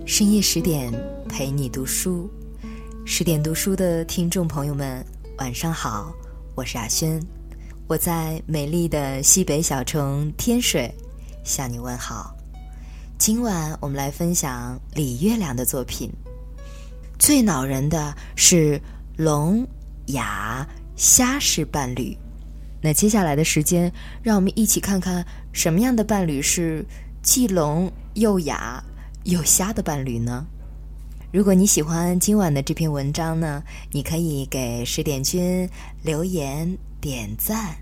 深夜10点陪你读书，10点读书的听众朋友们晚上好，我是阿轩，我在美丽的西北小城天水向你问好。今晚我们来分享李月亮的作品。最恼人的是聋哑瞎式伴侣。那接下来的时间，让我们一起看看什么样的伴侣是既聋又哑又瞎的伴侣呢？如果你喜欢今晚的这篇文章呢，你可以给10点君留言点赞。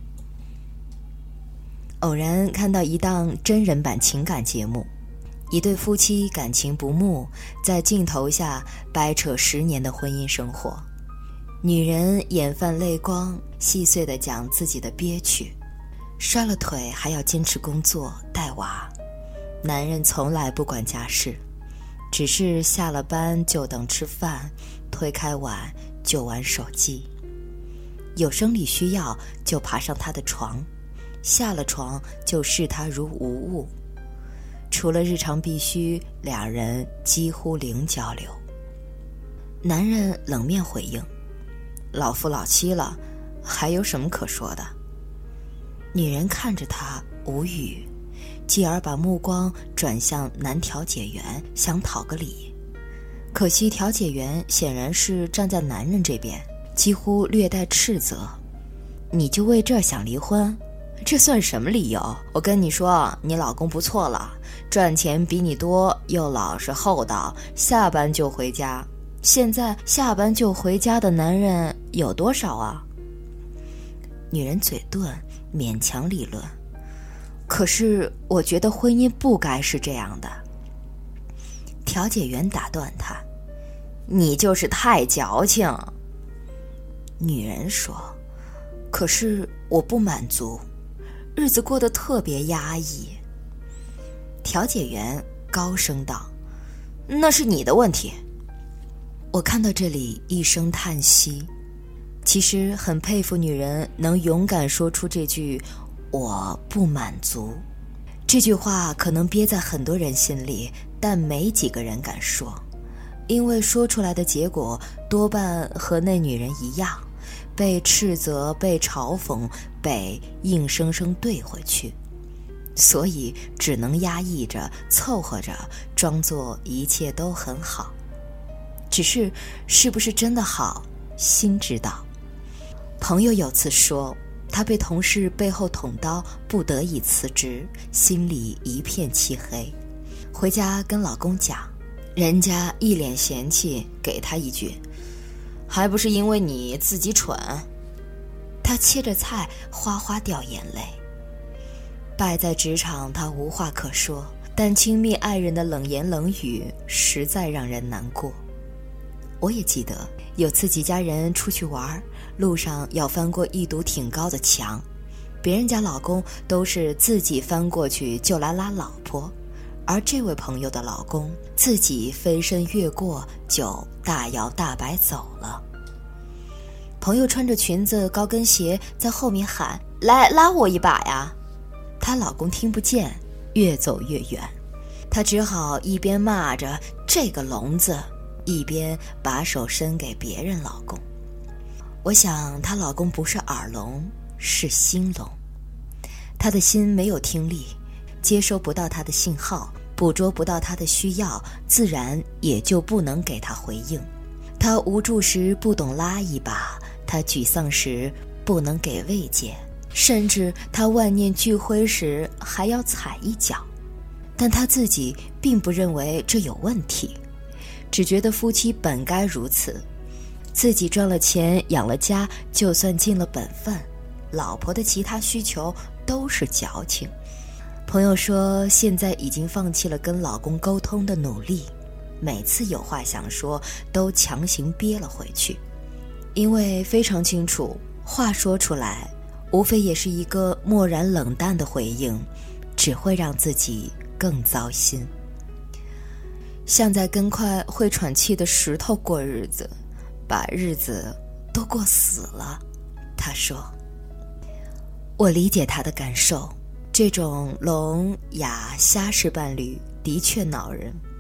偶然看到一档真人版情感节目，一对夫妻感情不睦，在镜头下掰扯10年的婚姻生活。女人眼泛泪光，细碎地讲自己的憋屈，摔了腿还要坚持工作带娃。男人从来不管家事，只是下了班就等吃饭，推开碗就玩手机。有生理需要就爬上他的床，下了床就视他如无物。除了日常必须，两人几乎零交流。男人冷面回应，老夫老妻了，还有什么可说的？女人看着他无语，继而把目光转向男调解员，想讨个理。可惜调解员显然是站在男人这边，几乎略带斥责。你就为这想离婚？这算什么理由？我跟你说，你老公不错了，赚钱比你多，又老实厚道，下班就回家。现在下班就回家的男人有多少啊？女人嘴钝，勉强理论。可是我觉得婚姻不该是这样的。调解员打断他，你就是太矫情。女人说，可是我不满足，日子过得特别压抑。调解员高声道，那是你的问题。我看到这里一声叹息，其实很佩服女人能勇敢说出这句我不满足。这句话可能憋在很多人心里，但没几个人敢说，因为说出来的结果多半和那女人一样，被斥责，被嘲讽，被硬生生怼回去。所以只能压抑着，凑合着，装作一切都很好。只是是不是真的好，心知道。朋友有次说，他被同事背后捅刀，不得已辞职，心里一片漆黑。回家跟老公讲，人家一脸嫌弃，给他一句，还不是因为你自己蠢。他切着菜，哗哗掉眼泪。败在职场，他无话可说，但亲密爱人的冷言冷语实在让人难过。我也记得有次几家人出去玩，路上要翻过一堵挺高的墙，别人家老公都是自己翻过去就来拉老婆，而这位朋友的老公自己飞身越过就大摇大摆走了。朋友穿着裙子高跟鞋在后面喊，来拉我一把呀。她老公听不见，越走越远，她只好一边骂着这个聋子，一边把手伸给别人老公。我想她老公不是耳聋，是心聋。她的心没有听力，接收不到她的信号，捕捉不到她的需要，自然也就不能给她回应。她无助时不懂拉一把，她沮丧时不能给慰藉，甚至她万念俱灰时还要踩一脚。但她自己并不认为这有问题，只觉得夫妻本该如此，自己赚了钱养了家，就算尽了本分，老婆的其他需求都是矫情。朋友说，现在已经放弃了跟老公沟通的努力，每次有话想说都强行憋了回去，因为非常清楚，话说出来无非也是一个漠然冷淡的回应，只会让自己更糟心。像在跟块会喘气的石头过日子，把日子都过死了。他说，我理解他的感受，这种聋哑瞎式伴侣的确恼人，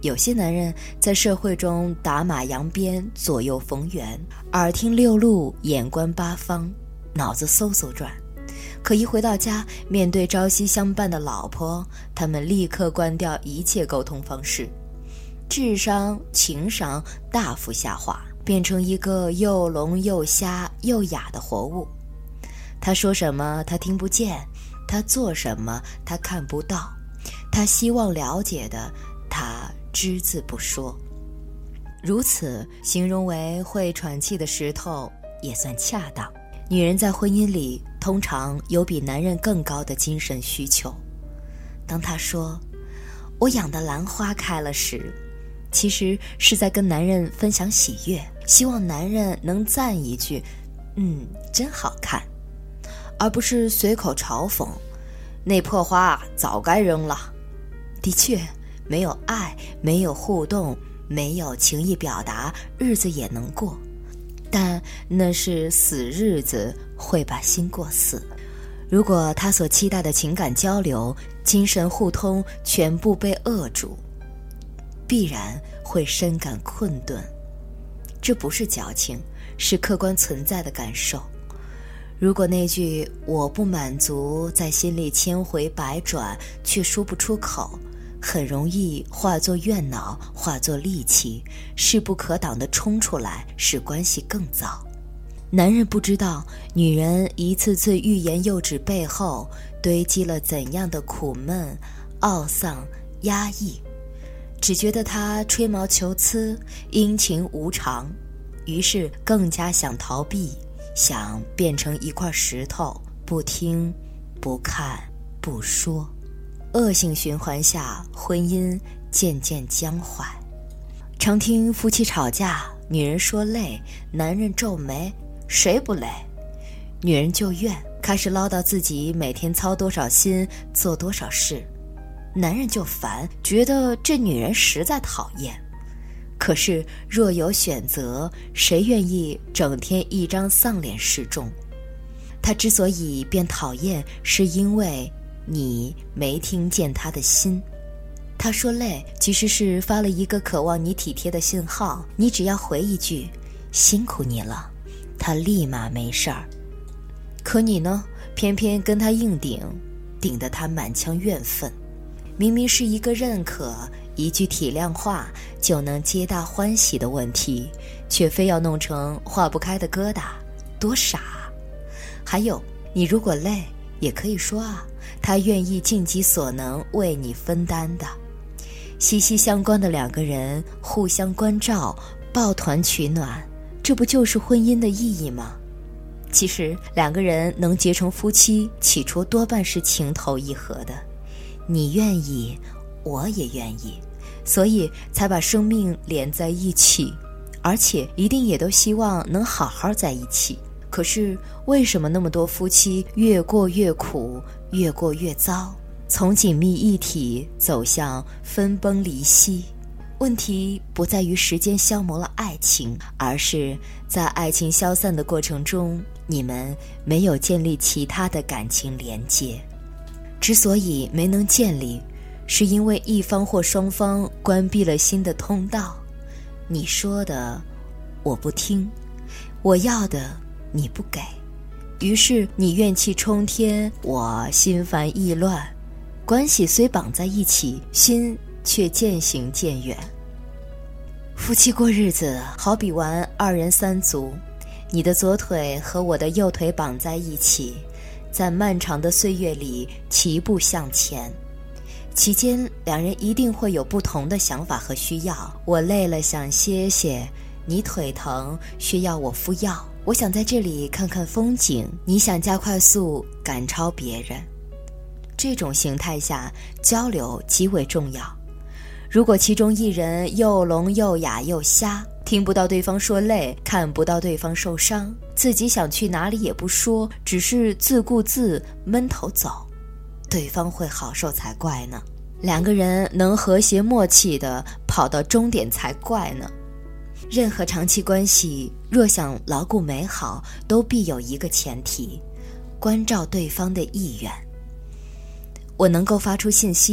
有些男人在社会中打马扬鞭，左右逢源，耳听六路，眼观八方，脑子嗖嗖转。可一回到家，面对朝夕相伴的老婆，他们立刻关掉一切沟通方式，智商、情商大幅下滑，变成一个又聋又瞎又哑的活物。他说什么他听不见，他做什么他看不到，他希望了解的他只字不说。如此形容为会喘气的石头也算恰当。女人在婚姻里通常有比男人更高的精神需求。当她说我养的兰花开了时，其实是在跟男人分享喜悦，希望男人能赞一句真好看，而不是随口嘲讽那破花早该扔了。的确，没有爱，没有互动，没有情意表达，日子也能过，但那是死日子，会把心过死。如果他所期待的情感交流、精神互通全部被扼住，必然会深感困顿。这不是矫情，是客观存在的感受。如果那句我不满足在心里千回百转却说不出口，很容易化作怨恼，化作戾气，势不可挡地冲出来，使关系更糟。男人不知道女人一次次欲言又止背后堆积了怎样的苦闷、懊丧、压抑，只觉得她吹毛求疵、阴晴无常，于是更加想逃避，想变成一块石头，不听、不看、不说。恶性循环下，婚姻渐渐僵坏。常听夫妻吵架，女人说累，男人皱眉，谁不累？女人就怨，开始唠叨自己每天操多少心，做多少事。男人就烦，觉得这女人实在讨厌。可是若有选择，谁愿意整天一张丧脸示众？他之所以变讨厌，是因为你没听见他的心。他说累，其实是发了一个渴望你体贴的信号，你只要回一句辛苦你了，他立马没事儿。可你呢，偏偏跟他硬顶，顶得他满腔怨愤。明明是一个认可，一句体谅话就能皆大欢喜的问题，却非要弄成化不开的疙瘩，多傻啊！还有，你如果累也可以说啊，他愿意尽己所能为你分担的。息息相关的两个人互相关照，抱团取暖，这不就是婚姻的意义吗？其实两个人能结成夫妻，起初多半是情投意合的，你愿意，我也愿意，所以才把生命连在一起，而且一定也都希望能好好在一起。可是为什么那么多夫妻越过越苦，越过越糟，从紧密一体走向分崩离析？问题不在于时间消磨了爱情，而是在爱情消散的过程中，你们没有建立其他的感情连接。之所以没能建立，是因为一方或双方关闭了新的通道。你说的我不听，我要的你不给，于是你怨气冲天，我心烦意乱，关系虽绑在一起，心却渐行渐远。夫妻过日子好比玩二人三足，你的左腿和我的右腿绑在一起，在漫长的岁月里齐步向前，期间两人一定会有不同的想法和需要。我累了想歇歇，你腿疼需要我敷药。我想在这里看看风景，你想加快速赶超别人。这种形态下交流极为重要。如果其中一人又聋又哑又瞎，听不到对方说累，看不到对方受伤，自己想去哪里也不说，只是自顾自闷头走，对方会好受才怪呢。两个人能和谐默契地跑到终点才怪呢。任何长期关系若想牢固美好，都必有一个前提，关照对方的意愿。我能够发出信息，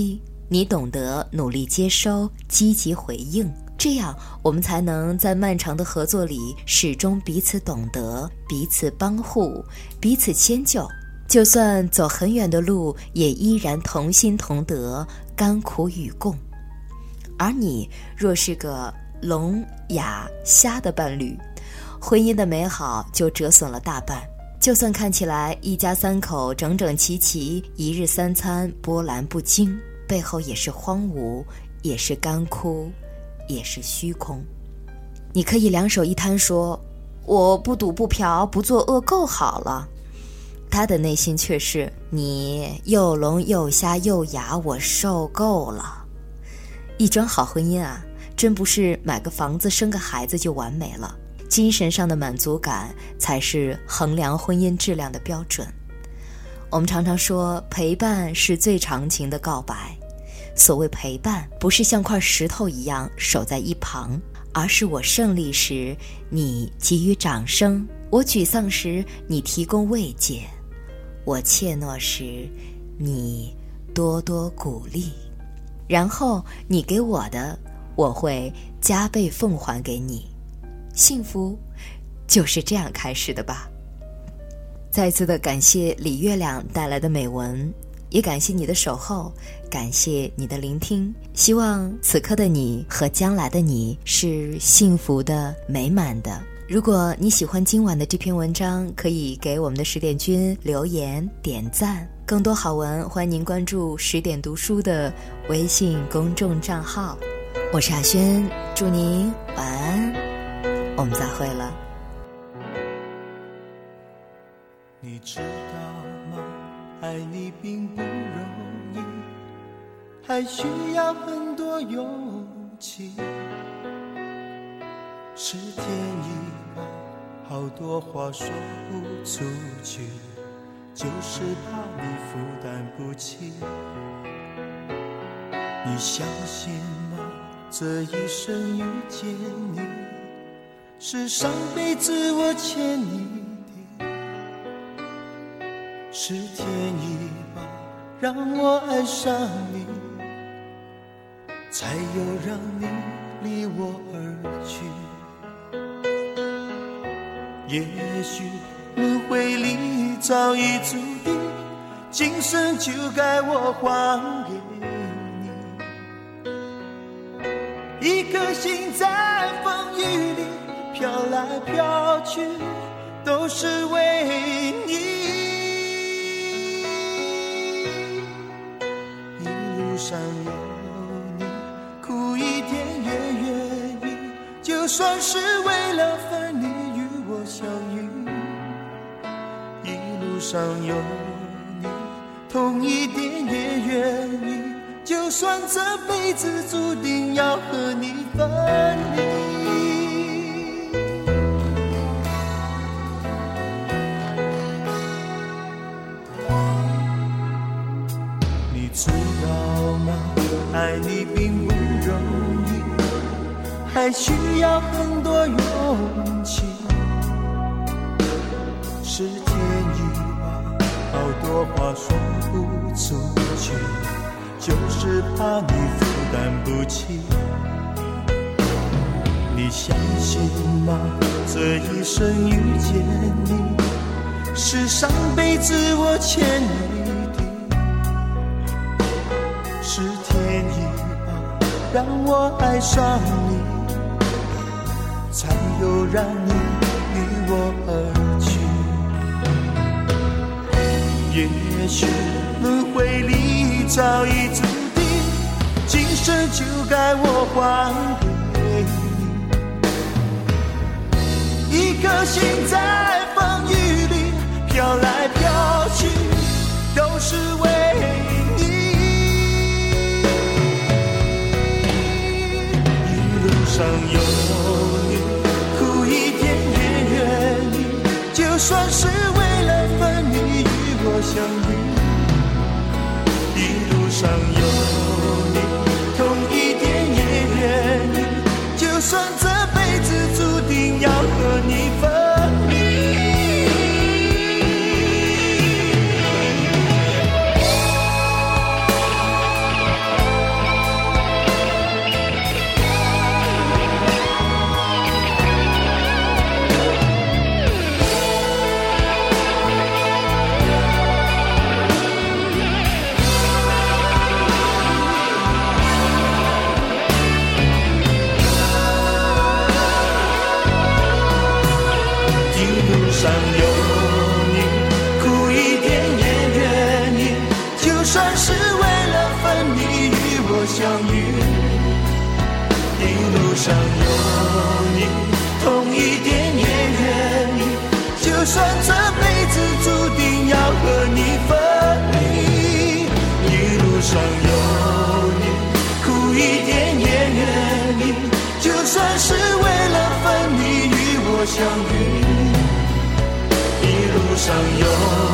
你懂得努力接收，积极回应，这样我们才能在漫长的合作里始终彼此懂得，彼此帮护，彼此迁就。就算走很远的路，也依然同心同德，甘苦与共。而你若是个聋哑瞎的伴侣，婚姻的美好就折损了大半。就算看起来一家三口整整齐齐，一日三餐波澜不惊，背后也是荒芜，也是干枯，也是虚空。你可以两手一摊说，我不赌不嫖不作恶够好了，他的内心却是，你又聋又瞎又哑，我受够了。一桩好婚姻啊，真不是买个房子生个孩子就完美了，精神上的满足感才是衡量婚姻质量的标准。我们常常说，陪伴是最长情的告白。所谓陪伴，不是像块石头一样守在一旁，而是我胜利时你给予掌声，我沮丧时你提供慰藉，我怯懦时你多多鼓励，然后你给我的，我会加倍奉还给你。幸福就是这样开始的吧。再次的感谢李月亮带来的美文，也感谢你的守候，感谢你的聆听。希望此刻的你和将来的你是幸福的、美满的。如果你喜欢今晚的这篇文章，可以给我们的10点君留言点赞。更多好文，欢迎您关注10点读书的微信公众账号。我是阿轩，祝您晚安，我们再会了。 你知道吗？爱你并不容易，还需要很多勇气。是天意吧，好多话说不出去，就是怕你负担不起。你相信吗？这一生遇见你，是上辈子我欠你的，是天意吧，让我爱上你，才有让你离我而去。也许轮回里早已注定，今生就该我还给你。一颗心在风雨里飘来飘去，都是为你。一路上有你，苦一点也愿意，就算是为了分离与我相遇。一路上有你，痛一点也愿意，就算这辈子注定要和你分离。你知道吗？爱你并不容易，还需要很多勇气。是天意吧，好多话说不出去，就是怕你负担不起。你相信吗？这一生遇见你，是上辈子我欠你的，是天意吧，让我爱上你，才有让你离我而去。也许轮回里早已注定，今生就该我还给你。一颗心在风雨里飘来飘去，都是为你。一路上有你，苦一点也愿意，就算是为了分离与我相遇。一路上有你，痛一点也愿意，就算这辈子注定要和你分离。 上有你，痛一点也愿意，就算这辈子注定要和你分离。一路上有你，苦一点也愿意，就算是为了分离与我相遇。一路上有